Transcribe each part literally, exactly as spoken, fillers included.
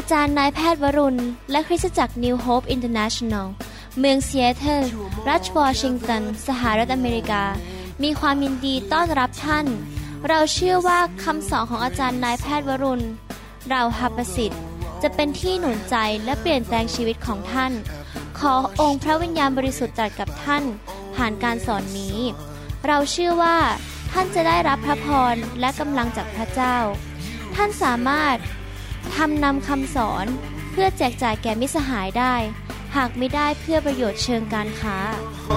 จารย์นายแพทย์วรุณและคริสตจักร New Hope International เมืองซีแอตเทิลรัฐวอชิงตันสหรัฐอเมริกามีความยินดีต้อนรับท่านเราเชื่อว่าคำสอนของอาจารย์นายแพทย์วรุณเราหประสิทธิ์จะเป็นที่หนุนใจและเปลี่ยนแปลงชีวิตของท่านขอองค์พระวิญญาณบริสุทธิ์ตรัสกับท่านผ่านการสอนนี้เราเชื่อว่าท่านจะได้รับพระพรและกำลังจากพระเจ้าท่านสามารถทำนำคำสอนเพื่อแจกจ่ายแก่มิตรสหายได้หากไม่ได้เพื่อประโยชน์เชิงการค้า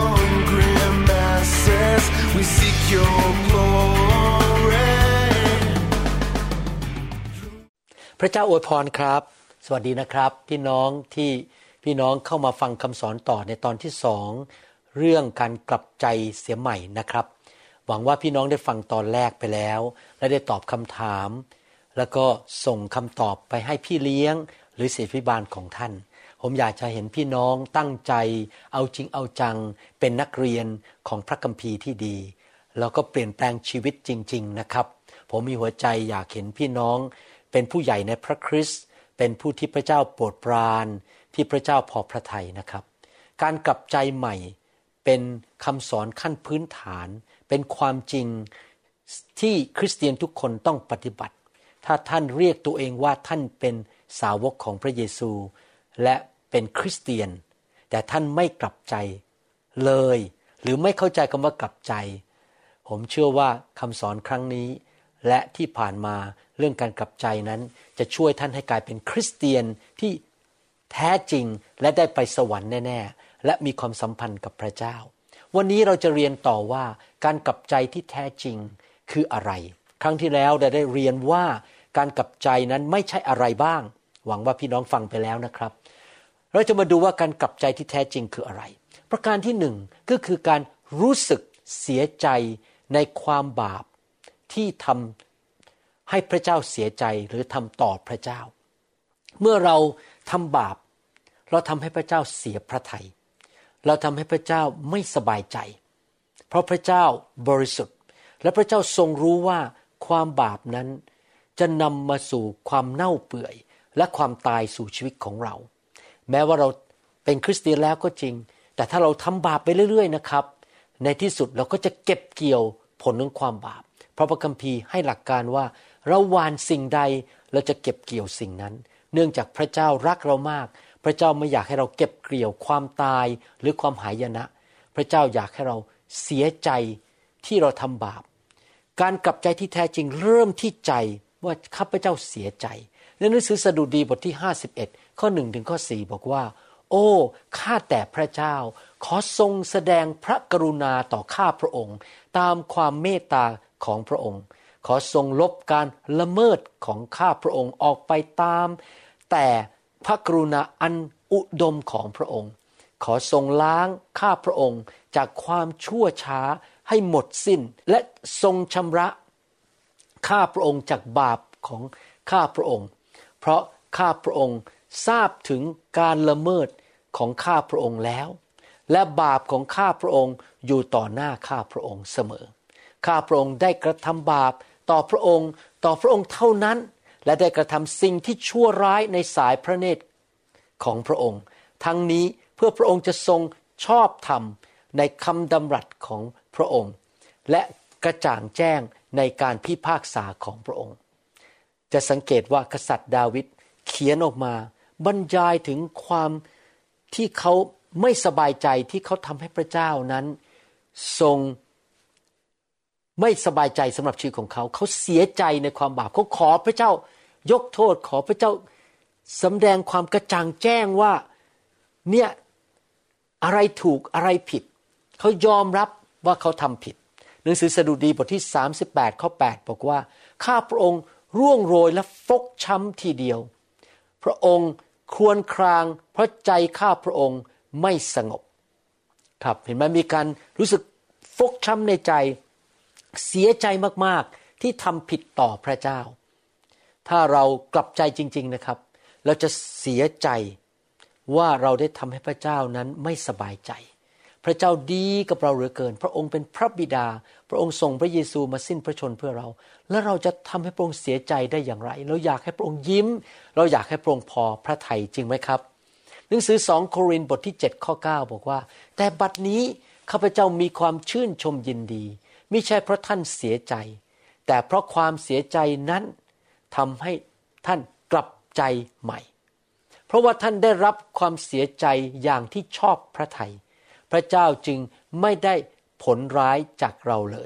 พระเจ้าอวยพรครับสวัสดีนะครับพี่น้องที่พี่น้องเข้ามาฟังคำสอนต่อในตอนที่สองเรื่องการกลับใจเสียใหม่นะครับหวังว่าพี่น้องได้ฟังตอนแรกไปแล้วและได้ตอบคำถามแล้วก็ส่งคำตอบไปให้พี่เลี้ยงหรือศิษยาภิบาลของท่านผมอยากจะเห็นพี่น้องตั้งใจเอาจริงเอาจังเป็นนักเรียนของพระคัมภีร์ที่ดีแล้วก็เปลี่ยนแปลงชีวิตจริงๆนะครับผมมีหัวใจอยากเห็นพี่น้องเป็นผู้ใหญ่ในพระคริสต์เป็นผู้ที่พระเจ้าโปรดปรานที่พระเจ้าพอพระทัยนะครับการกลับใจใหม่เป็นคำสอนขั้นพื้นฐานเป็นความจริงที่คริสเตียนทุกคนต้องปฏิบัติถ้าท่านเรียกตัวเองว่าท่านเป็นสาวกของพระเยซูและเป็นคริสเตียนแต่ท่านไม่กลับใจเลยหรือไม่เข้าใจคำว่ากลับใจผมเชื่อว่าคำสอนครั้งนี้และที่ผ่านมาเรื่องการกลับใจนั้นจะช่วยท่านให้กลายเป็นคริสเตียนที่แท้จริงและได้ไปสวรรค์แน่ๆและมีความสัมพันธ์กับพระเจ้าวันนี้เราจะเรียนต่อว่าการกลับใจที่แท้จริงคืออะไรครั้งที่แล้วเราได้เรียนว่าการกลับใจนั้นไม่ใช่อะไรบ้างหวังว่าพี่น้องฟังไปแล้วนะครับเราจะมาดูว่าการกลับใจที่แท้จริงคืออะไรประการที่หนึ่งก็คือการรู้สึกเสียใจในความบาปที่ทำให้พระเจ้าเสียใจหรือทำต่อพระเจ้าเมื่อเราทำบาปเราทำให้พระเจ้าเสียพระทัยเราทำให้พระเจ้าไม่สบายใจเพราะพระเจ้าบริสุทธิ์และพระเจ้าทรงรู้ว่าความบาปนั้นจะนำมาสู่ความเน่าเปื่อยและความตายสู่ชีวิตของเราแม้ว่าเราเป็นคริสเตียนแล้วก็จริงแต่ถ้าเราทำบาปไปเรื่อยๆนะครับในที่สุดเราก็จะเก็บเกี่ยวผลของความบาปเพราะพระคัมภีร์ให้หลักการว่าเราหว่านสิ่งใดเราจะเก็บเกี่ยวสิ่งนั้นเนื่องจากพระเจ้ารักเรามากพระเจ้าไม่อยากให้เราเก็บเกี่ยวความตายหรือความหายนะพระเจ้าอยากให้เราเสียใจที่เราทำบาปการกลับใจที่แท้จริงเริ่มที่ใจว่าข้าพเจ้าเสียใจในหนังสือสดุดีบทที่ห้าสิบเอ็ดข้อหนึ่งถึงข้อสี่บอกว่าโอ้ข้าแต่พระเจ้าขอทรงแสดงพระกรุณาต่อข้าพระองค์ตามความเมตตาของพระองค์ขอทรงลบการละเมิดของข้าพระองค์ออกไปตามแต่พระกรุณาอันอุดมของพระองค์ขอทรงล้างข้าพระองค์จากความชั่วช้าให้หมดสิ้นและทรงชำระข้าพระองค์จากบาปของข้าพระองค์เพราะข้าพระองค์ทราบถึงการละเมิดของข้าพระองค์แล้วและบาปของข้าพระองค์อยู่ต่อหน้าข้าพระองค์เสมอข้าพระองค์ได้กระทำบาปต่อพระองค์ต่อพระองค์เท่านั้นและได้กระทำสิ่งที่ชั่วร้ายในสายพระเนตรของพระองค์ทั้งนี้เพื่อพระองค์จะทรงชอบธรรมในคำดำรัสของพระองค์และกระจ่างแจ้งในการพิพากษาของพระองค์จะสังเกตว่ากษัตริย์ดาวิดเขียนออกมาบรรยายถึงความที่เขาไม่สบายใจที่เขาทำให้พระเจ้านั้นทรงไม่สบายใจสำหรับชีวิตของเขาเขาเสียใจในความบาปเขาขอพระเจ้ายกโทษขอพระเจ้าสำแดงความกระจ่างแจ้งว่าเนี่ยอะไรถูกอะไรผิดเขายอมรับว่าเขาทำผิดหนังสือสดุดีบทที่สามสิบแปดข้อแปดบอกว่าข้าพระองค์ร่วงโรยและฟกช้ำทีเดียวพระองค์ครวญครางเพราะใจข้าพระองค์ไม่สงบครับเห็นไหมมีการรู้สึกฟกช้ำในใจเสียใจมากๆที่ทำผิดต่อพระเจ้าถ้าเรากลับใจจริงๆนะครับเราจะเสียใจว่าเราได้ทำให้พระเจ้านั้นไม่สบายใจพระเจ้าดีกับเราเหลือเกินพระองค์เป็นพระบิดาพระองค์ส่งพระเยซูมาสิ้นพระชนเพื่อเราแล้วเราจะทำให้พระองค์เสียใจได้อย่างไรเราอยากให้พระองค์ยิ้มเราอยากให้พระองค์พอพระทัยจริงไหมครับหนังสือสองโครินธ์บทที่เจ็ดข้อเก้าบอกว่าแต่บัดนี้ข้าพเจ้ามีความชื่นชมยินดีมิใช่เพราะท่านเสียใจแต่เพราะความเสียใจนั้นทำให้ท่านกลับใจใหม่เพราะว่าท่านได้รับความเสียใจอย่างที่ชอบพระทัยพระเจ้าจึงไม่ได้ผลร้ายจากเราเลย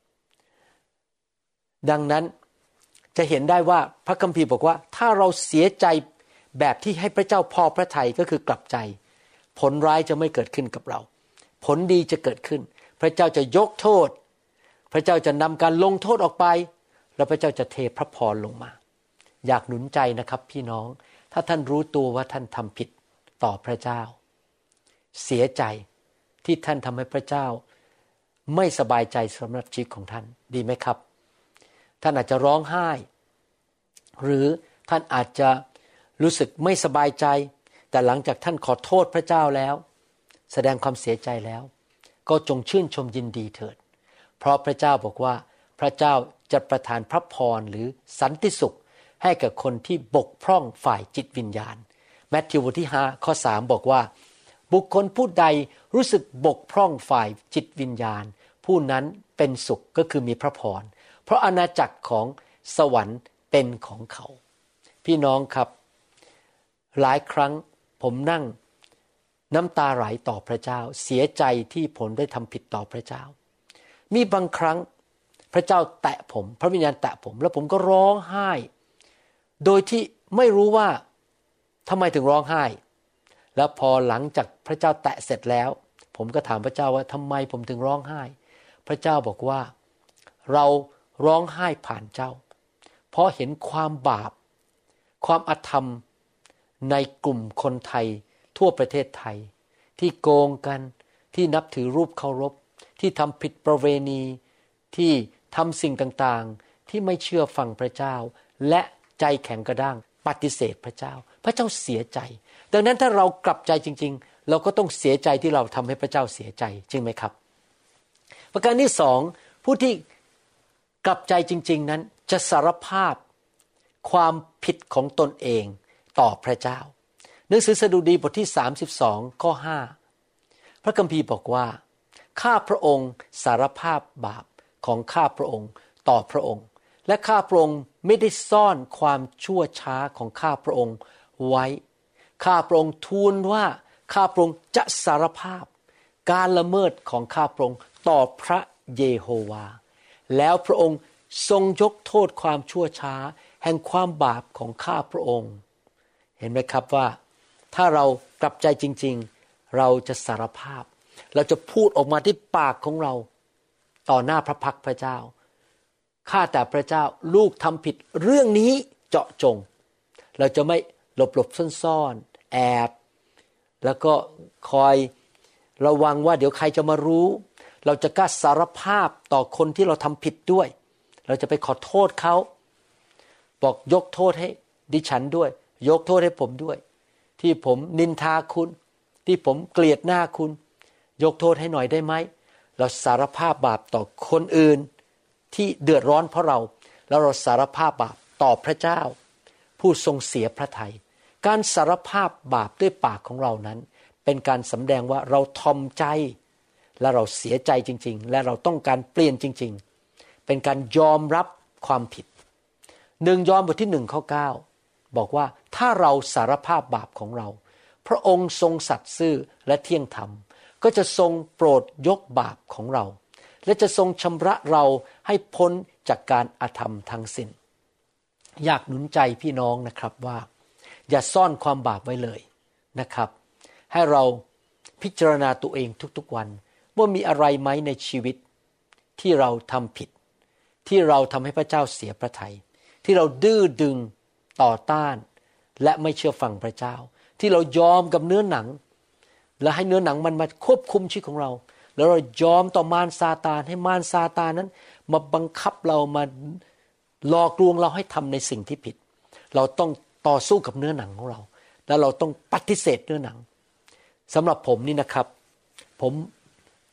ดังนั้นจะเห็นได้ว่าพระคัมภีร์บอกว่าถ้าเราเสียใจแบบที่ให้พระเจ้าพอพระทัยก็คือกลับใจผลร้ายจะไม่เกิดขึ้นกับเราผลดีจะเกิดขึ้นพระเจ้าจะยกโทษพระเจ้าจะนำการลงโทษออกไปแล้วพระเจ้าจะเทพระพรลงมาอยากหนุนใจนะครับพี่น้องถ้าท่านรู้ตัวว่าท่านทำผิดต่อพระเจ้าเสียใจที่ท่านทำให้พระเจ้าไม่สบายใจสำหรับชีวิตของท่านดีไหมครับท่านอาจจะร้องไห้หรือท่านอาจจะรู้สึกไม่สบายใจแต่หลังจากท่านขอโทษพระเจ้าแล้วแสดงความเสียใจแล้วก็จงชื่นชมยินดีเถิดเพราะพระเจ้าบอกว่าพระเจ้าจะประทานพระพรหรือสันติสุขให้กับคนที่บกพร่องฝ่ายจิตวิญญาณแมทธิวบทที่ห้าข้อสามบอกว่าบุคคลผู้ใดรู้สึกบกพร่องฝ่ายจิตวิญญาณผู้นั้นเป็นสุขก็คือมีพระพรเพราะอาณาจักรของสวรรค์เป็นของเขาพี่น้องครับหลายครั้งผมนั่งน้ำตาไหลต่อพระเจ้าเสียใจที่ผมได้ทำผิดต่อพระเจ้ามีบางครั้งพระเจ้าแตะผมพระวิญญาณแตะผมแล้วผมก็ร้องไห้โดยที่ไม่รู้ว่าทำไมถึงร้องไห้แล้วพอหลังจากพระเจ้าแตะเสร็จแล้วผมก็ถามพระเจ้าว่าทำไมผมถึงร้องไห้พระเจ้าบอกว่าเราร้องไห้ผ่านเจ้าเพราะเห็นความบาปความอธรรมในกลุ่มคนไทยทั่วประเทศไทยที่โกงกันที่นับถือรูปเคารพที่ทำผิดประเวณีที่ทำสิ่งต่างๆที่ไม่เชื่อฟังพระเจ้าและใจแข็งกระด้างปฏิเสธพระเจ้าพระเจ้าเสียใจดังนั้นถ้าเรากลับใจจริงๆเราก็ต้องเสียใจที่เราทำให้พระเจ้าเสียใจจริงไหมครับประการที่สองผู้ที่กลับใจจริงๆนั้นจะสารภาพความผิดของตนเองต่อพระเจ้าหนังสือสดุดีบทที่สามสิบสองข้อห้าพระคัมภีร์บอกว่าข้าพระองค์สารภาพบาปของข้าพระองค์ต่อพระองค์และข้าพระองค์ไม่ได้ซ่อนความชั่วช้าของข้าพระองค์ไว้ข้าพระองค์ทูลว่าข้าพระองค์จะสารภาพการละเมิดของข้าพระองค์ต่อพระเยโฮวาแล้วพระองค์ทรงยกโทษความชั่วช้าแห่งความบาปของข้าพระองค์เห็นไหมครับว่าถ้าเรากลับใจจริงๆเราจะสารภาพเราจะพูดออกมาที่ปากของเราต่อหน้าพระพักพระเจ้าข้าแต่พระเจ้าลูกทำผิดเรื่องนี้เจาะจงเราจะไม่หลบหลบซ่อนๆแอบแล้วก็คอยระวังว่าเดี๋ยวใครจะมารู้เราจะกล้าสารภาพต่อคนที่เราทำผิดด้วยเราจะไปขอโทษเขาบอกยกโทษให้ดิฉันด้วยยกโทษให้ผมด้วยที่ผมนินทาคุณที่ผมเกลียดหน้าคุณยกโทษให้หน่อยได้ไหมเราสารภาพบาปต่อคนอื่นที่เดือดร้อนเพราะเราแล้วเราสารภาพบาปต่อพระเจ้าผู้ทรงเสียพระทัยการสารภาพบาปด้วยปากของเรานั้นเป็นการสำแดงว่าเราทอมใจและเราเสียใจจริงๆและเราต้องการเปลี่ยนจริงๆเป็นการยอมรับความผิดหนึ่งยอห์นบทที่หนึ่งข้อเก้าบอกว่าถ้าเราสารภาพบาปของเราพระองค์ทรงสัตย์ซื่อและเที่ยงธรรมก็จะทรงโปรดยกบาปของเราและจะทรงชำระเราให้พ้นจากการอธรรมทั้งสิ้นอยากหนุนใจพี่น้องนะครับว่าอย่าซ่อนความบาปไว้เลยนะครับให้เราพิจารณาตัวเองทุกๆวันว่ามีอะไรไหมในชีวิตที่เราทำผิดที่เราทำให้พระเจ้าเสียพระทัยที่เราดื้อดึงต่อต้านและไม่เชื่อฟังพระเจ้าที่เรายอมกับเนื้อหนังและให้เนื้อหนังมันมาควบคุมชีวิตของเราแล้วเรายอมต่อมารซาตานให้มารซาตานนั้นมาบังคับเรามาหลอกลวงเราให้ทำในสิ่งที่ผิดเราต้องต่อสู้กับเนื้อหนังของเราแล้วเราต้องปฏิเสธเนื้อหนังสำหรับผมนี่นะครับผม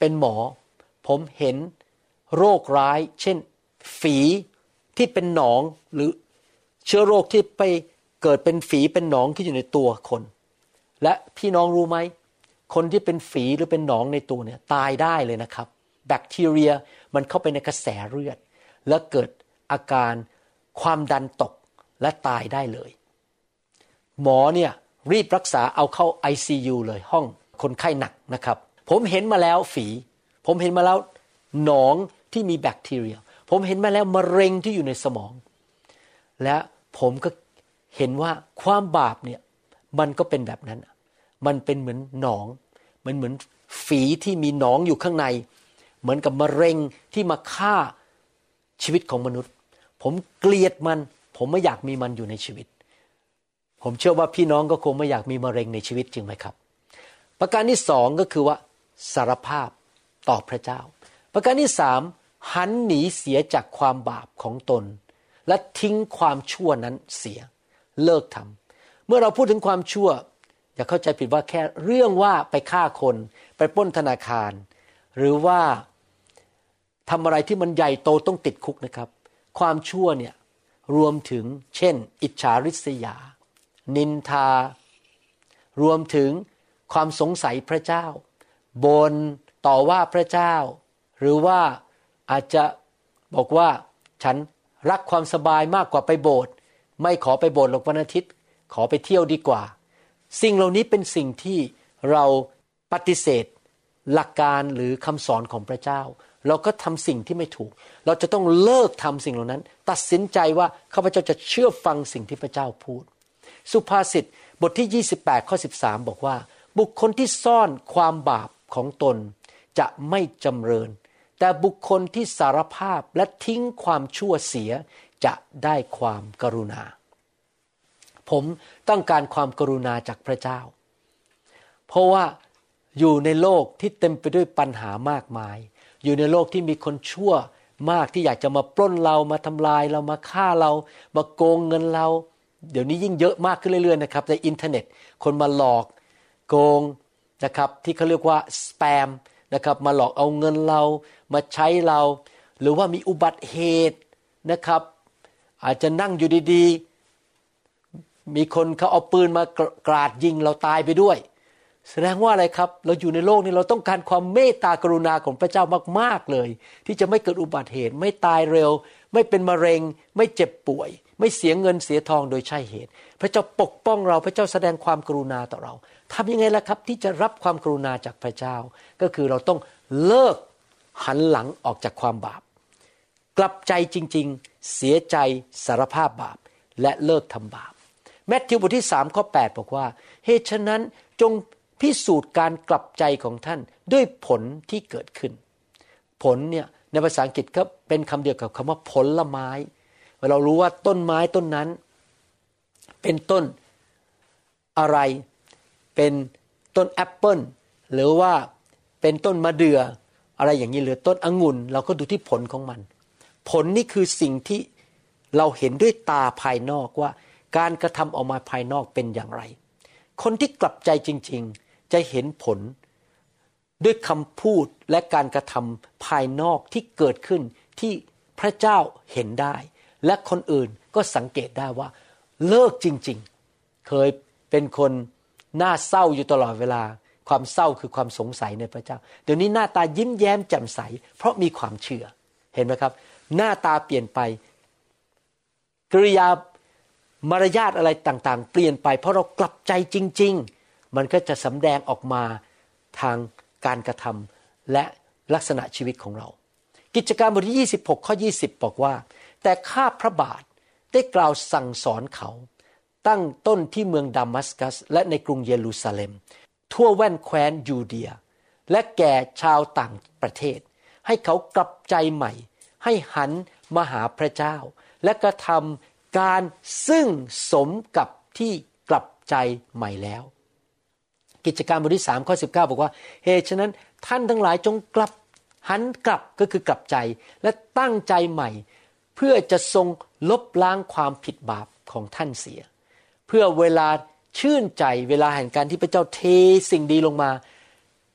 เป็นหมอผมเห็นโรคร้ายเช่นฝีที่เป็นหนองหรือเชื้อโรคที่ไปเกิดเป็นฝีเป็นหนองที่อยู่ในตัวคนและพี่น้องรู้ไหมคนที่เป็นฝีหรือเป็นหนองในตัวเนี่ยตายได้เลยนะครับแบคทีเรียมันเข้าไปในกระแสเลือดแล้วเกิดอาการความดันตกและตายได้เลยหมอเนี่ยรีบรักษาเอาเข้า ไอ ซี ยู เลยห้องคนไข้หนักนะครับผมเห็นมาแล้วฝีผมเห็นมาแล้วหนองที่มีแบคทีเรียผมเห็นมาแล้วมะเร็งที่อยู่ในสมองและผมก็เห็นว่าความบาปเนี่ยมันก็เป็นแบบนั้นมันเป็นเหมือนหนองมันเหมือนฝีที่มีหนองอยู่ข้างในเหมือนกับมะเร็งที่มาฆ่าชีวิตของมนุษย์ผมเกลียดมันผมไม่อยากมีมันอยู่ในชีวิตผมเชื่อว่าพี่น้องก็คงไม่อยากมีมะเร็งในชีวิตจริงไหมครับประการที่สองก็คือว่าสารภาพต่อพระเจ้าประการที่สามหันหนีเสียจากความบาปของตนและทิ้งความชั่วนั้นเสียเลิกทำเมื่อเราพูดถึงความชั่วอย่าเข้าใจผิดว่าแค่เรื่องว่าไปฆ่าคนไปปล้นธนาคารหรือว่าทำอะไรที่มันใหญ่โตต้องติดคุกนะครับความชั่วเนี่ยรวมถึงเช่นอิจฉาริษยานินทารวมถึงความสงสัยพระเจ้าบ่นต่อว่าพระเจ้าหรือว่าอาจจะบอกว่าฉันรักความสบายมากกว่าไปโบสถ์ไม่ขอไปโบสถ์หรอกวันอาทิตย์ขอไปเที่ยวดีกว่าสิ่งเหล่านี้เป็นสิ่งที่เราปฏิเสธหลักการหรือคำสอนของพระเจ้าเราก็ทำสิ่งที่ไม่ถูกเราจะต้องเลิกทำสิ่งเหล่านั้นตัดสินใจว่าข้าพเจ้าจะเชื่อฟังสิ่งที่พระเจ้าพูดสุภาษิตบทที่ยี่สิบแปดข้อสิบสามบอกว่าบุคคลที่ซ่อนความบาปของตนจะไม่จำเริญแต่บุคคลที่สารภาพและทิ้งความชั่วเสียจะได้ความกรุณาผมต้องการความกรุณาจากพระเจ้าเพราะว่าอยู่ในโลกที่เต็มไปด้วยปัญหามากมายอยู่ในโลกที่มีคนชั่วมากที่อยากจะมาปล้นเรามาทำลายเรามาฆ่าเรามาโกงเงินเราเดี๋ยวนี้ยิ่งเยอะมากขึ้นเรื่อยๆนะครับในอินเทอร์เน็ตคนมาหลอกโกงนะครับที่เขาเรียกว่าสแปมนะครับมาหลอกเอาเงินเรามาใช้เราหรือว่ามีอุบัติเหตุนะครับอาจจะนั่งอยู่ดีๆมีคนเขาเอาปืนมากราดยิงเราตายไปด้วยแสดงว่าอะไรครับเราอยู่ในโลกนี้เราต้องการความเมตตากรุณาของพระเจ้ามากๆเลยที่จะไม่เกิดอุบัติเหตุไม่ตายเร็วไม่เป็นมะเร็งไม่เจ็บป่วยไม่เสียเงินเสียทองโดยใช่เหตุพระเจ้าปกป้องเราพระเจ้าแสดงความกรุณาต่อเราทำยังไงล่ะครับที่จะรับความกรุณาจากพระเจ้าก็คือเราต้องเลิกหันหลังออกจากความบาปกลับใจจริงๆเสียใจสารภาพบาปและเลิกทำบาปแมทธิวบทที่สามข้อแปดบอกว่าเหตุฉะนั้นจงพิสูจน์การกลับใจของท่านด้วยผลที่เกิดขึ้นผลเนี่ยในภาษาอังกฤษก็เป็นคำเดียวกับคำว่าผลไม้เรารู้ว่าต้นไม้ต้นนั้นเป็นต้นอะไรเป็นต้นแอปเปิ้ลหรือว่าเป็นต้นมะเดื่ออะไรอย่างนี้หรือต้นองุ่นเราก็ดูที่ผลของมันผลนี่คือสิ่งที่เราเห็นด้วยตาภายนอกว่าการกระทำออกมาภายนอกเป็นอย่างไรคนที่กลับใจจริงๆจะเห็นผลด้วยคำพูดและการกระทำภายนอกที่เกิดขึ้นที่พระเจ้าเห็นได้และคนอื่นก็สังเกตได้ว่าเลิกจริงๆเคยเป็นคนหน้าเศร้าอยู่ตลอดเวลาความเศร้าคือความสงสัยในพระเจ้าเดี๋ยวนี้หน้าตายิ้มแย้มแจ่มใสเพราะมีความเชื่อเห็นไหมครับหน้าตาเปลี่ยนไปกริยามารยาทอะไรต่างๆเปลี่ยนไปเพราะเรากลับใจจริงๆมันก็จะสำแดงออกมาทางการกระทำและลักษณะชีวิตของเรากิจการบทที่ยี่สิบหกข้อยี่สิบบอกว่าแต่ข้าพระบาทได้กล่าวสั่งสอนเขาตั้งต้นที่เมืองดามัสกัสและในกรุงเยรูซาเล็มทั่วแว่นแคว้นยูเดียและแก่ชาวต่างประเทศให้เขากลับใจใหม่ให้หันมาหาพระเจ้าและกระทำการซึ่งสมกับที่กลับใจใหม่แล้วกิจการบทที่สามข้อสิบเก้าบอกว่าเหตุฉะนั้นท่านทั้งหลายจงกลับหันกลับก็คือกลับใจและตั้งใจใหม่เพื่อจะทรงลบล้างความผิดบาปของท่านเสียเพื่อเวลาชื่นใจเวลาแห่งการที่พระเจ้าเทสิ่งดีลงมา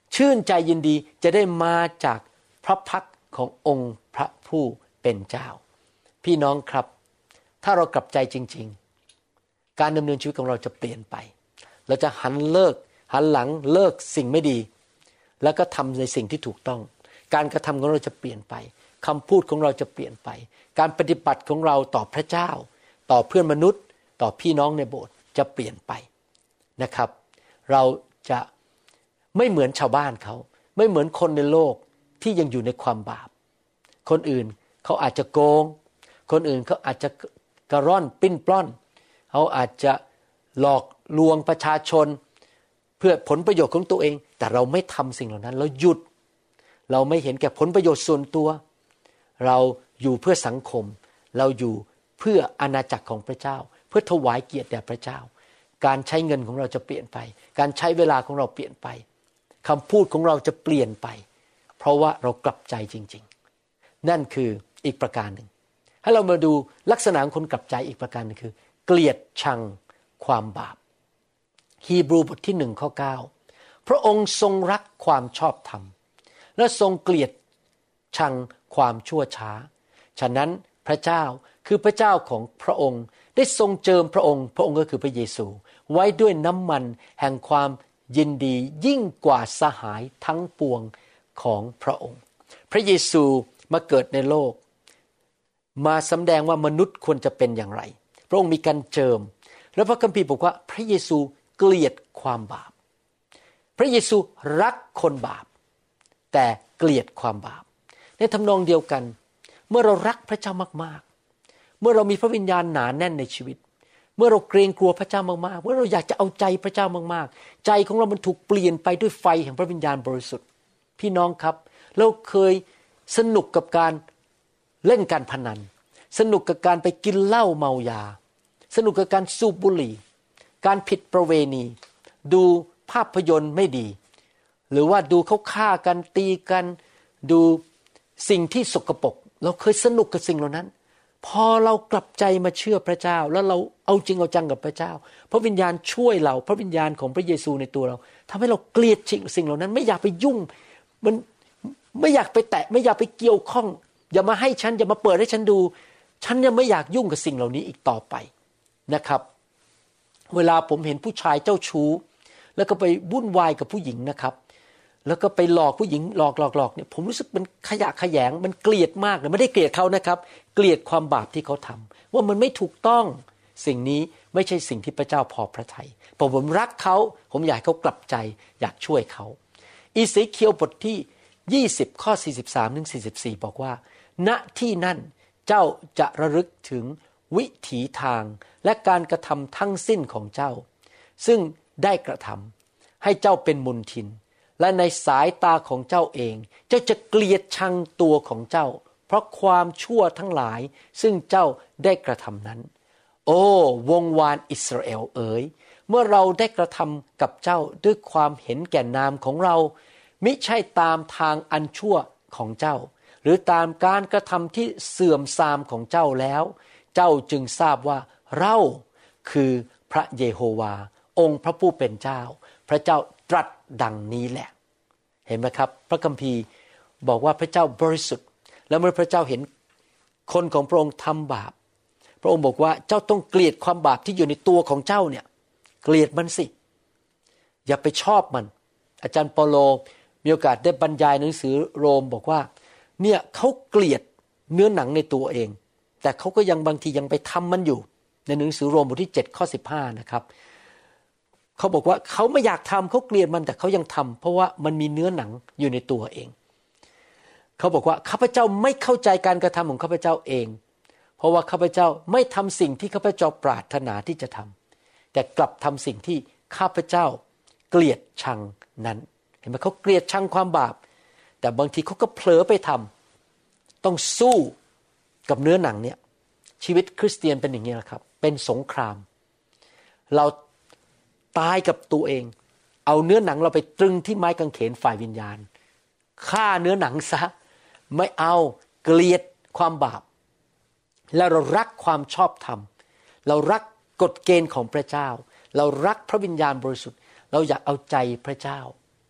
ชื่นใจยินดีจะได้มาจากพระพักขององค์พระผู้เป็นเจ้าพี่น้องครับถ้าเรากลับใจจริงๆการดำเนินชีวิตของเราจะเปลี่ยนไปเราจะหันเลิกหันหลังเลิกสิ่งไม่ดีแล้วก็ทำในสิ่งที่ถูกต้องการกระทำของเราจะเปลี่ยนไปคำพูดของเราจะเปลี่ยนไปการปฏิบัติของเราต่อพระเจ้าต่อเพื่อนมนุษย์ต่อพี่น้องในโบสถ์จะเปลี่ยนไปนะครับเราจะไม่เหมือนชาวบ้านเขาไม่เหมือนคนในโลกที่ยังอยู่ในความบาปคนอื่นเขาอาจจะโกงคนอื่นเขาอาจจะกระร่อนปิ้นปล้อนเขาอาจจะหลอกลวงประชาชนเพื่อผลประโยชน์ของตัวเองแต่เราไม่ทำสิ่งเหล่านั้นเราหยุดเราไม่เห็นแก่ผลประโยชน์ส่วนตัวเราอยู่เพื่อสังคมเราอยู่เพื่ออาณาจักรของพระเจ้าเพื่อถวายเกียรติแด่พระเจ้าการใช้เงินของเราจะเปลี่ยนไปการใช้เวลาของเราเปลี่ยนไปคำพูดของเราจะเปลี่ยนไปเพราะว่าเรากลับใจจริงๆนั่นคืออีกประการหนึ่งให้เรามาดูลักษณะของคนกลับใจอีกประการนึงคือเกลียดชังความบาปฮีบรูบทที่หนึ่งข้อเก้าพระองค์ทรงรักความชอบธรรมและทรงเกลียดชังความชั่วช้าฉะนั้นพระเจ้าคือพระเจ้าของพระองค์ได้ทรงเจิมพระองค์พระองค์ก็คือพระเยซูไว้ด้วยน้ำมันแห่งความยินดียิ่งกว่าสหายทั้งปวงของพระองค์พระเยซูมาเกิดในโลกมาสำแดงว่ามนุษย์ควรจะเป็นอย่างไรพระองค์มีการเจิมแล้วพระคัมภีร์บอกว่าพระเยซูเกลียดความบาปพระเยซูรักคนบาปแต่เกลียดความบาปในทำนองเดียวกันเมื่อเรารักพระเจ้ามากๆเมื่อเรามีพระวิญญาณหนาแน่นในชีวิตเมื่อเราเกรงกลัวพระเจ้ามากๆเมื่อเราอยากจะเอาใจพระเจ้ามากๆใจของเรามันถูกเปลี่ยนไปด้วยไฟแห่งพระวิญญาณบริสุทธิ์พี่น้องครับเราเคยสนุกกับการเล่นการพนันสนุกกับการไปกินเหล้าเมายาสนุกกับการสูบบุหรี่การผิดประเวณีดูภาพยนตร์ไม่ดีหรือว่าดูเขาฆ่ากันตีกันดูสิ่งที่สกปรกเราเคยสนุกกับสิ่งเหล่านั้นพอเรากลับใจมาเชื่อพระเจ้าแล้วเราเอาจริงเอาจังกับพระเจ้าพระวิญญาณช่วยเราพระวิญญาณของพระเยซูในตัวเราทำให้เราเกลียดสิ่งเหล่านั้นไม่อยากไปยุ่งมันไม่อยากไปแตะไม่อยากไปเกี่ยวข้องอย่ามาให้ฉันอย่ามาเปิดให้ฉันดูฉันยังไม่อยากยุ่งกับสิ่งเหล่านี้อีกต่อไปนะครับเวลาผมเห็นผู้ชายเจ้าชู้แล้วก็ไปวุ่นวายกับผู้หญิงนะครับแล้วก็ไปหลอกผู้หญิงหลอกหลอกหลอกเนี่ยผมรู้สึกมันขยะแขยงมันเกลียดมากเลยไม่ได้เกลียดเขานะครับเกลียดความบาปที่เขาทำว่ามันไม่ถูกต้องสิ่งนี้ไม่ใช่สิ่งที่พระเจ้าพอพระทัยพอผมรักเขาผมอยากให้เขากลับใจอยากช่วยเขาอีเสเคียวบทที่ยี่สิบข้อสี่สิบสามถึงสี่สิบสี่บอกว่าณที่นั่นเจ้าจะระลึกถึงวิถีทางและการกระทำทั้งสิ้นของเจ้าซึ่งได้กระทำให้เจ้าเป็นมลทินและในสายตาของเจ้าเองเจ้าจะเกลียดชังตัวของเจ้าเพราะความชั่วทั้งหลายซึ่งเจ้าได้กระทำนั้นโอ้วงวานอิสราเอลเอ๋ยเมื่อเราได้กระทำกับเจ้าด้วยความเห็นแก่นามของเรามิใช่ตามทางอันชั่วของเจ้าหรือตามการกระทำที่เสื่อมทรามของเจ้าแล้วเจ้าจึงทราบว่าเราคือพระเยโฮวาองค์พระผู้เป็นเจ้าพระเจ้าตรัสดังนี้แหละเห็นไหมครับพระคัมภีร์บอกว่าพระเจ้าบริสุทธิ์แล้วเมื่อพระเจ้าเห็นคนของพระองค์ทำบาปพระองค์บอกว่าเจ้าต้องเกลียดความบาปที่อยู่ในตัวของเจ้าเนี่ยเกลียดมันสิอย่าไปชอบมันอาจารย์เปาโลมีโอกาสได้บรรยายหนังสือโรมบอกว่าเนี่ยเขาเกลียดเนื้อหนังในตัวเองแต่เขาก็ยังบางทียังไปทำมันอยู่ในหนังสือโรมบทที่เจ็ดข้อสิบห้านะครับเขาบอกว่าเขาไม่อยากทำเขาเกลียดมันแต่เขายังทำเพราะว่ามันมีเนื้อหนังอยู่ในตัวเองเขาบอกว่าข้าพเจ้าไม่เข้าใจการกระทำของข้าพเจ้าเองเพราะว่าข้าพเจ้าไม่ทำสิ่งที่ข้าพเจ้าปรารถนาที่จะทำแต่กลับทำสิ่งที่ข้าพเจ้าเกลียดชังนั้นเห็นไหมเขาเกลียดชังความบาปแต่บางทีเขาก็เผลอไปทำต้องสู้กับเนื้อหนังเนี่ยชีวิตคริสเตียนเป็นอย่างนี้แหละครับเป็นสงครามเราตายกับตัวเองเอาเนื้อหนังเราไปตรึงที่ไม้กางเขนฝ่ายวิญญาณฆ่าเนื้อหนังซะไม่เอาเกลียดความบาปแล้วเรารักความชอบธรรมเรารักกฎเกณฑ์ของพระเจ้าเรารักพระวิญญาณบริสุทธิ์เราอยากเอาใจพระเจ้า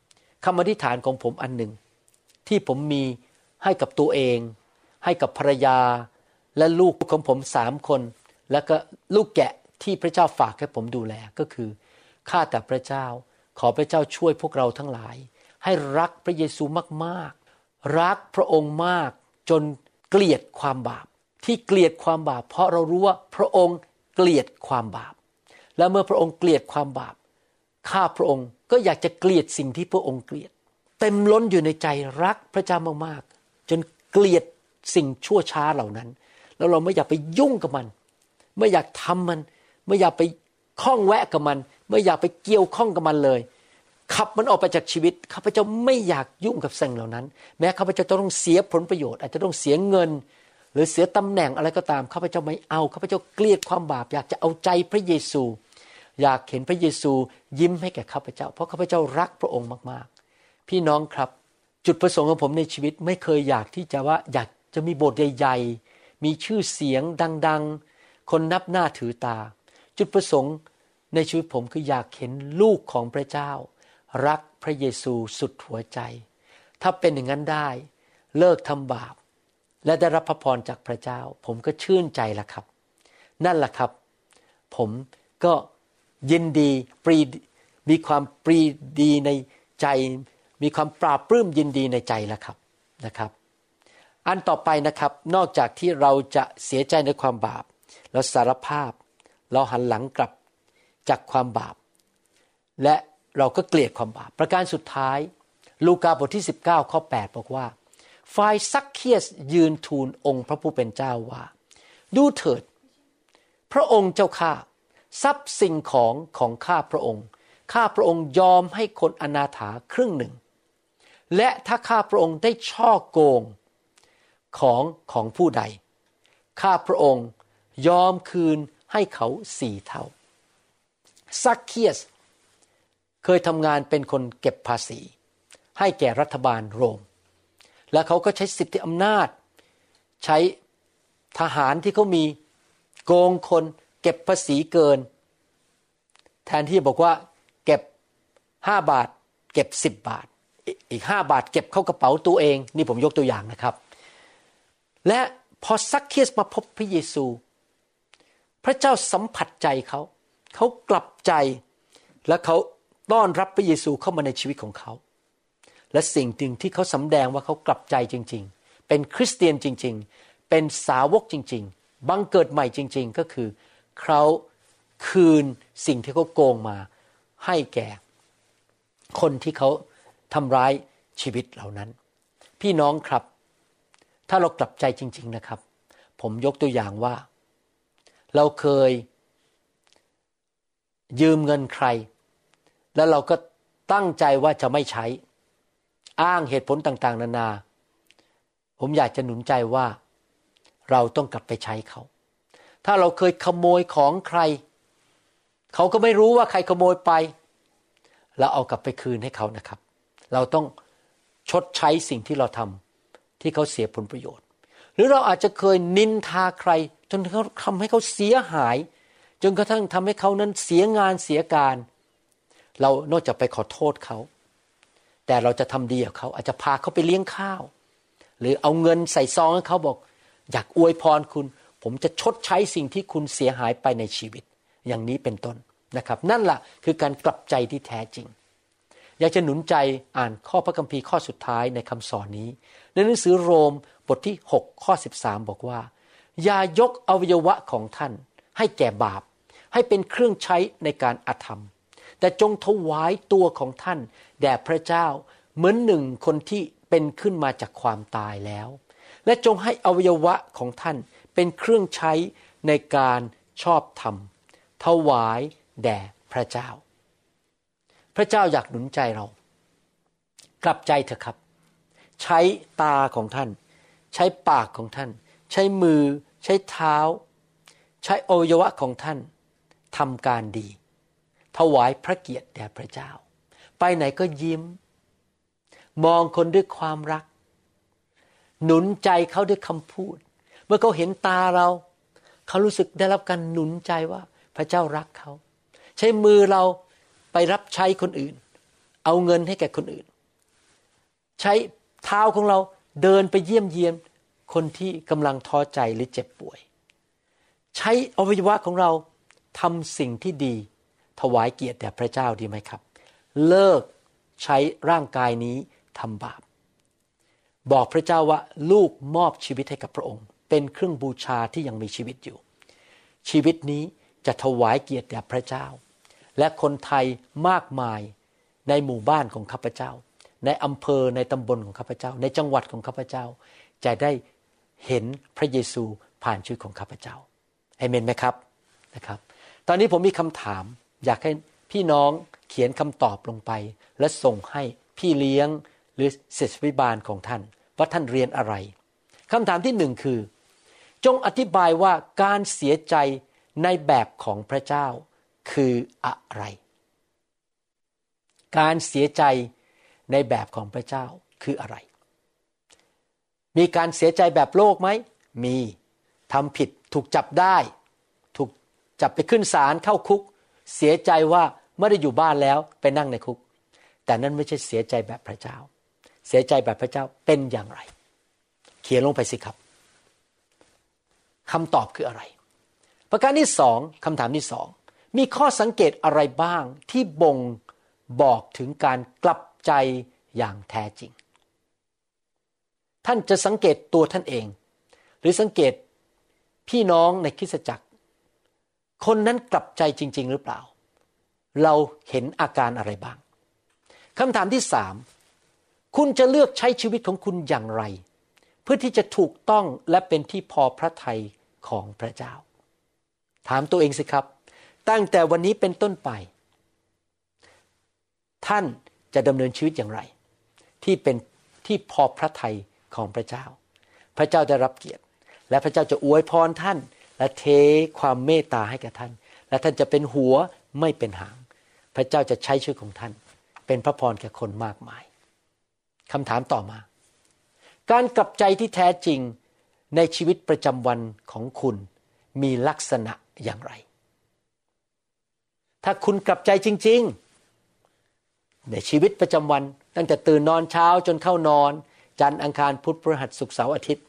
คำอธิษฐานของผมอันหนึ่งที่ผมมีให้กับตัวเองให้กับภรรยาและลูกของผมสามคนแล้วก็ลูกแกะที่พระเจ้าฝากให้ผมดูแลก็คือข้าแต่พระเจ้าขอพระเจ้าช่วยพวกเราทั้งหลายให้รักพระเยซูมากๆรักพระองค์มากจนเกลียดความบาปที่เกลียดความบาปเพราะเรารู้ว่าพระองค์เกลียดความบาปและเมื่อพระองค์เกลียดความบาปข้าพระองค์ก็อยากจะเกลียดสิ่งที่พระองค์เกลียดเต็มล้นอยู่ในใจรักพระเจ้ามากๆจนเกลียดสิ่งชั่วช้าเหล่านั้นแล้วเราไม่อยากไปยุ่งกับมันไม่อยากทำมันไม่อยากไปข้องแวะกับมันไม่อยากไปเกี่ยวข้องกับมันเลยขับมันออกไปจากชีวิตข้าพเจ้าไม่อยากยุ่งกับสิ่งเหล่านั้นแม้ข้าพเจ้าจะต้องเสียผลประโยชน์อาจจะต้องเสียเงินหรือเสียตำแหน่งอะไรก็ตามข้าพเจ้าไม่เอาข้าพเจ้าเกลียดความบาปอยากจะเอาใจพระเยซูอยากเห็นพระเยซูยิ้มให้แก่ข้าพเจ้าเพราะข้าพเจ้ารักพระองค์มากๆพี่น้องครับจุดประสงค์ของผมในชีวิตไม่เคยอยากที่จะว่าอยากจะมีโบสถ์ใหญ่ๆมีชื่อเสียงดังๆคนนับหน้าถือตาจุดประสงค์ในชีวิตผมคืออยากเห็นลูกของพระเจ้ารักพระเยซูสุดหัวใจถ้าเป็นอย่างนั้นได้เลิกทำบาปและได้รับพระพรจากพระเจ้าผมก็ชื่นใจละครับนั่นแหละครับผมก็ยินดีปรีมีความปรีดีในใจมีความปราบปลื้มยินดีในใจละครับนะครับอันต่อไปนะครับนอกจากที่เราจะเสียใจในความบาปเราสารภาพเราหันหลังกลับจากความบาปและเราก็เกลียดความบาปประการสุดท้ายลูกาบทที่สิบเก้าข้อแปดบอกว่าฝ่ายซักเคียสยืนทูลองค์พระผู้เป็นเจ้าว่าดูเถิดพระองค์เจ้าข้าทรัพย์สิ่งของของข้าพระองค์ข้าพระองค์ยอมให้คนอนาถาครึ่งหนึ่งและถ้าข้าพระองค์ได้ช่อโกงของของผู้ใดข้าพระองค์ยอมคืนให้เขาสี่เท่าซักเคียสเคยทำงานเป็นคนเก็บภาษีให้แก่รัฐบาลโรมและเขาก็ใช้สิทธิอำนาจใช้ทหารที่เขามีโกงคนเก็บภาษีเกินแทนที่จะบอกว่าเก็บห้าบาทเก็บสิบบาทอีกห้าบาทเก็บเข้ากระเป๋าตัวเองนี่ผมยกตัวอย่างนะครับและพอซักเคียสมาพบพระเยซูพระเจ้าสัมผัสใจเขาเขากลับใจและเขาต้อนรับพระเยซูเข้ามาในชีวิตของเขาและสิ่งหนึ่งที่เขาสำแดงว่าเขากลับใจจริงๆเป็นคริสเตียนจริงๆเป็นสาวกจริงๆบังเกิดใหม่จริงๆก็คือเขาคืนสิ่งที่เขาโกงมาให้แก่คนที่เขาทำร้ายชีวิตเหล่านั้นพี่น้องครับถ้าเรากลับใจจริงๆนะครับผมยกตัวอย่างว่าเราเคยยืมเงินใครแล้วเราก็ตั้งใจว่าจะไม่ใช้อ้างเหตุผลต่างๆนานาผมอยากจะหนุนใจว่าเราต้องกลับไปใช้เขาถ้าเราเคยขโมยของใครเขาก็ไม่รู้ว่าใครขโมยไปเราเอากลับไปคืนให้เขานะครับเราต้องชดใช้สิ่งที่เราทำที่เขาเสียผลประโยชน์หรือเราอาจจะเคยนินทาใครจนเขาทำให้เขาเสียหายจนกระทั่งทำให้เขานั้นเสียงานเสียการเรานอกจากไปขอโทษเขาแต่เราจะทำดีกับเขาอาจจะพาเขาไปเลี้ยงข้าวหรือเอาเงินใส่ซองให้เขาบอกอยากอวยพรคุณผมจะชดใช้สิ่งที่คุณเสียหายไปในชีวิตอย่างนี้เป็นต้นนะครับนั่นแหละคือการกลับใจที่แท้จริงอยากจะหนุนใจอ่านข้อพระคัมภีร์ข้อสุดท้ายในคำสอนนี้ในหนังสือโรมบทที่หกข้อสิบสามบอกว่าอย่ายกอวัยวะของท่านให้แก่บาปให้เป็นเครื่องใช้ในการอธรรมแต่จงถวายตัวของท่านแด่พระเจ้าเหมือนหนึ่งคนที่เป็นขึ้นมาจากความตายแล้วและจงให้อวัยวะของท่านเป็นเครื่องใช้ในการชอบธรรมถวายแด่พระเจ้าพระเจ้าอยากหนุนใจเรากลับใจเถอะครับใช้ตาของท่านใช้ปากของท่านใช้มือใช้เท้าใช้อวัยวะของท่านทำการดีถวายพระเกียรติแด่พระเจ้าไปไหนก็ยิ้มมองคนด้วยความรักหนุนใจเขาด้วยคำพูดเมื่อเขาเห็นตาเราเขารู้สึกได้รับการหนุนใจว่าพระเจ้ารักเขาใช้มือเราไปรับใช้คนอื่นเอาเงินให้แก่คนอื่นใช้เท้าของเราเดินไปเยี่ยมเยียนคนที่กำลังท้อใจหรือเจ็บป่วยใช้อวัยวะของเราทำสิ่งที่ดีถวายเกียรติแด่พระเจ้าดีไหมครับเลิกใช้ร่างกายนี้ทำบาปบอกพระเจ้าว่าลูกมอบชีวิตให้กับพระองค์เป็นเครื่องบูชาที่ยังมีชีวิตอยู่ชีวิตนี้จะถวายเกียรติแด่พระเจ้าและคนไทยมากมายในหมู่บ้านของข้าพเจ้าในอำเภอในตำบลของข้าพเจ้าในจังหวัดของข้าพเจ้าจะได้เห็นพระเยซูผ่านชีวิตของข้าพเจ้าอาเมนไหมครับนะครับตอนนี้ผมมีคำถามอยากให้พี่น้องเขียนคำตอบลงไปและส่งให้พี่เลี้ยงหรือศิษยาภิบาลของท่านว่าท่านเรียนอะไรคำถามที่หนึ่งคือจงอธิบายว่าการเสียใจในแบบของพระเจ้าคืออะไรการเสียใจในแบบของพระเจ้าคืออะไรมีการเสียใจแบบโลกไหมมีทำผิดถูกจับได้ถูกจับไปขึ้นศาลเข้าคุกเสียใจว่าไม่ได้อยู่บ้านแล้วไปนั่งในคุกแต่นั่นไม่ใช่เสียใจแบบพระเจ้าเสียใจแบบพระเจ้าเป็นอย่างไรเขียนลงไปสิครับคำตอบคืออะไรประการที่สองคำถามที่สองมีข้อสังเกตอะไรบ้างที่บ่งบอกถึงการกลับใจอย่างแท้จริงท่านจะสังเกตตัวท่านเองหรือสังเกตพี่น้องในคริสตจักรคนนั้นกลับใจจริงๆหรือเปล่าเราเห็นอาการอะไรบ้างคำถามที่สามคุณจะเลือกใช้ชีวิตของคุณอย่างไรเพื่อที่จะถูกต้องและเป็นที่พอพระทัยของพระเจ้าถามตัวเองสิครับตั้งแต่วันนี้เป็นต้นไปท่านจะดำเนินชีวิตอย่างไรที่เป็นที่พอพระทัยของพระเจ้าพระเจ้าได้รับเกียรติและพระเจ้าจะอวยพรท่านและเทความเมตตาให้กับท่านและท่านจะเป็นหัวไม่เป็นหางพระเจ้าจะใช้ชีวิตของท่านเป็นพระพรแก่คนมากมายคำถามต่อมาการกลับใจที่แท้จริงในชีวิตประจำวันของคุณมีลักษณะอย่างไรถ้าคุณกลับใจจริงๆในชีวิตประจำวันตั้งแต่ตื่นนอนเช้าจนเข้านอนจันทร์อังคารพุธพฤหัสศุกร์เสาร์อาทิตย์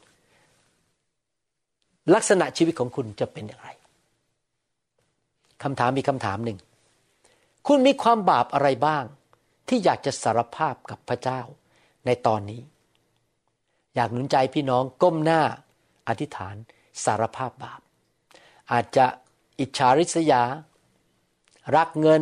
ลักษณะชีวิตของคุณจะเป็นอย่างไรคำถามมีคำถามหนึ่งคุณมีความบาปอะไรบ้างที่อยากจะสารภาพกับพระเจ้าในตอนนี้อยากหนุนใจพี่น้องก้มหน้าอธิษฐานสารภาพบาปอาจจะอิจฉาริษยารักเงิน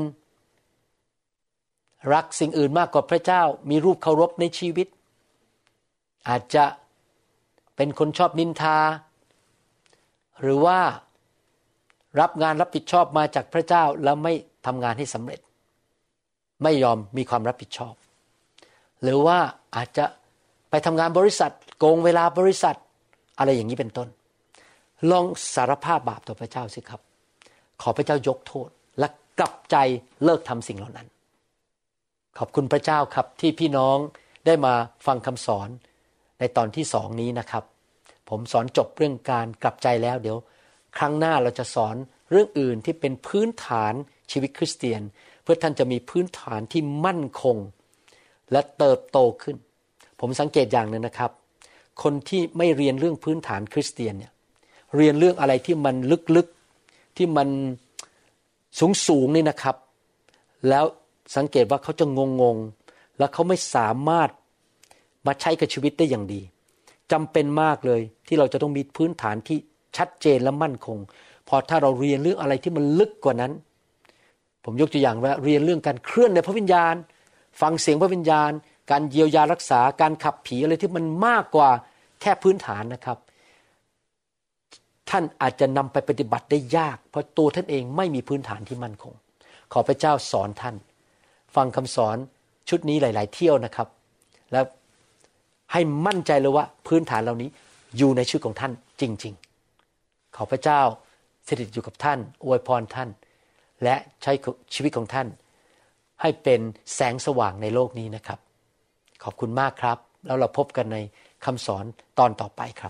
รักสิ่งอื่นมากกว่าพระเจ้ามีรูปเคารพในชีวิตอาจจะเป็นคนชอบนินทาหรือว่ารับงานรับผิดชอบมาจากพระเจ้าแล้วไม่ทำงานให้สำเร็จไม่ยอมมีความรับผิดชอบหรือว่าอาจจะไปทำงานบริษัทโกงเวลาบริษัทอะไรอย่างนี้เป็นต้นลองสารภาพบาปต่อพระเจ้าสิครับขอพระเจ้ายกโทษและกลับใจเลิกทำสิ่งเหล่านั้นขอบคุณพระเจ้าครับที่พี่น้องได้มาฟังคำสอนในตอนที่สองนี้นะครับผมสอนจบเรื่องการกลับใจแล้วเดี๋ยวครั้งหน้าเราจะสอนเรื่องอื่นที่เป็นพื้นฐานชีวิตคริสเตียนเพื่อท่านจะมีพื้นฐานที่มั่นคงและเติบโตขึ้นผมสังเกตอย่างนึงนะครับคนที่ไม่เรียนเรื่องพื้นฐานคริสเตียนเนี่ยเรียนเรื่องอะไรที่มันลึกๆที่มันสูงๆนี่นะครับแล้วสังเกตว่าเขาจะงงๆและเขาไม่สามารถมาใช้กับชีวิตได้อย่างดีจำเป็นมากเลยที่เราจะต้องมีพื้นฐานที่ชัดเจนและมั่นคงพอถ้าเราเรียนเรื่องอะไรที่มันลึกกว่านั้นผมยกตัวอย่างว่าเรียนเรื่องการเคลื่อนในพระวิญญาณฟังเสียงพระวิญญาณการเยียวยารักษาการขับผีอะไรที่มันมากกว่าแค่พื้นฐานนะครับท่านอาจจะนำไปปฏิบัติได้ยากเพราะตัวท่านเองไม่มีพื้นฐานที่มั่นคงขอพระเจ้าสอนท่านฟังคำสอนชุดนี้หลายๆเที่ยวนะครับแล้วให้มั่นใจเลยว่าพื้นฐานเหล่านี้อยู่ในชีวิตของท่านจริงๆขอพระเจ้าสถิตอยู่กับท่านอวยพรท่านและใช้ชีวิตของท่านให้เป็นแสงสว่างในโลกนี้นะครับขอบคุณมากครับแล้วเราพบกันในคำสอนตอนต่อไปครับ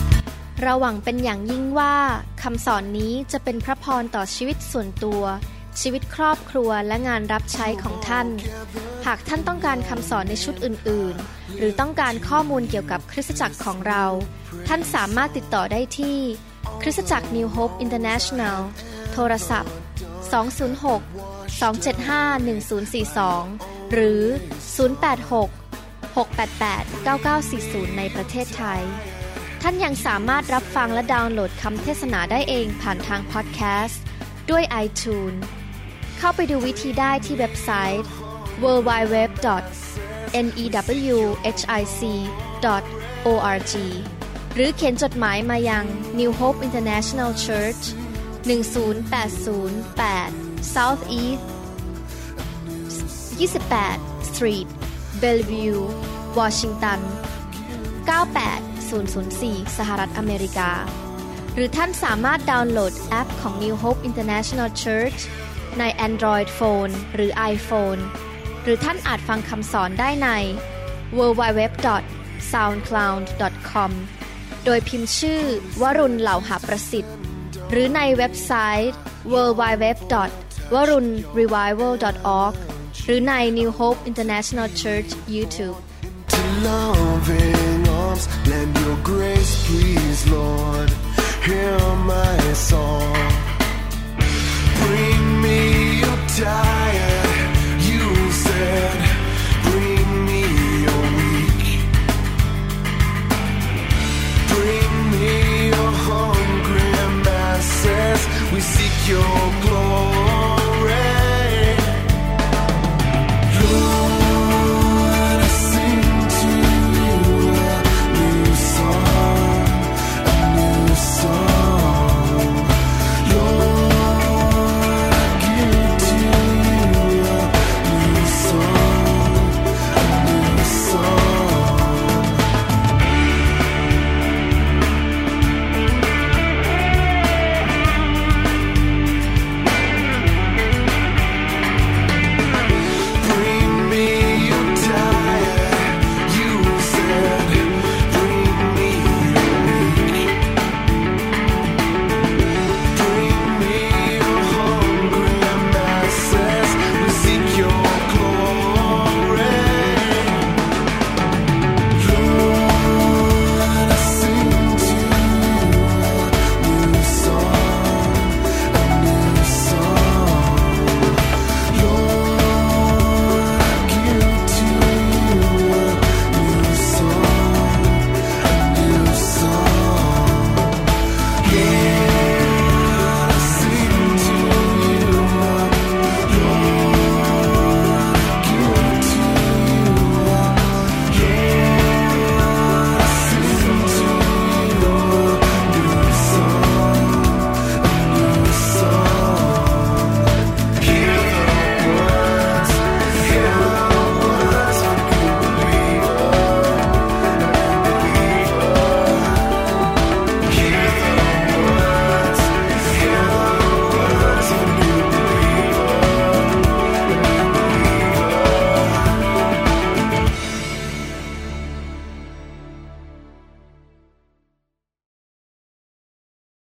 เราหวังเป็นอย่างยิ่งว่าคำสอนนี้จะเป็นพระพรต่อชีวิตส่วนตัวชีวิตครอบครัวและงานรับใช้ของท่านหากท่านต้องการคำสอนในชุดอื่นๆหรือต้องการข้อมูลเกี่ยวกับคริสตจักรของเราท่านสามารถติดต่อได้ที่คริสตจักร New Hope International โทรศัพท์สอง ศูนย์ หก สอง เจ็ด ห้า หนึ่ง ศูนย์ สี่ สองหรือศูนย์ แปด หก หก แปด แปด เก้า เก้า สี่ ศูนย์ในประเทศไทยท่านยังสามารถรับฟังและดาวน์โหลดคำเทศนาได้เองผ่านทางพอดแคสต์ด้วย iTunes เข้าไปดูวิธีได้ที่เว็บไซต์ ดับเบิลยู ดับเบิลยู ดับเบิลยู ดอท เน อี ดับเบิลยู เอช ไอ ซี ดอท โอ อาร์ จี หรือเขียนจดหมายมายัง New Hope International Church หนึ่ง ศูนย์ แปด ศูนย์ แปด South East ยี่สิบแปด Street Bellevue Washington เก้า แปด ศูนย์ ศูนย์ สี่ สหรัฐอเมริกาหรือท่านสามารถดาวน์โหลดแอปของ New Hope International Church ใน Android Phone หรือ iPhone หรือท่านอาจฟังคำสอนได้ใน ดับเบิลยู ดับเบิลยู ดับเบิลยู ดอท ซาวด์คลาวด์ ดอท คอม โดยพิมพ์ชื่อวรุณเหล่าหาประสิทธิ์หรือในเว็บไซต์ ดับเบิลยู ดับเบิลยู ดับเบิลยู ดอท วรุณ รีไววัล ดอท ออร์ก หรือใน New Hope International Church YouTube To loving arms, lend your grace, please, Lord. Hear my song. Bring me your tired, you said. Bring me your weak. Bring me your hungry masses. We seek your glory.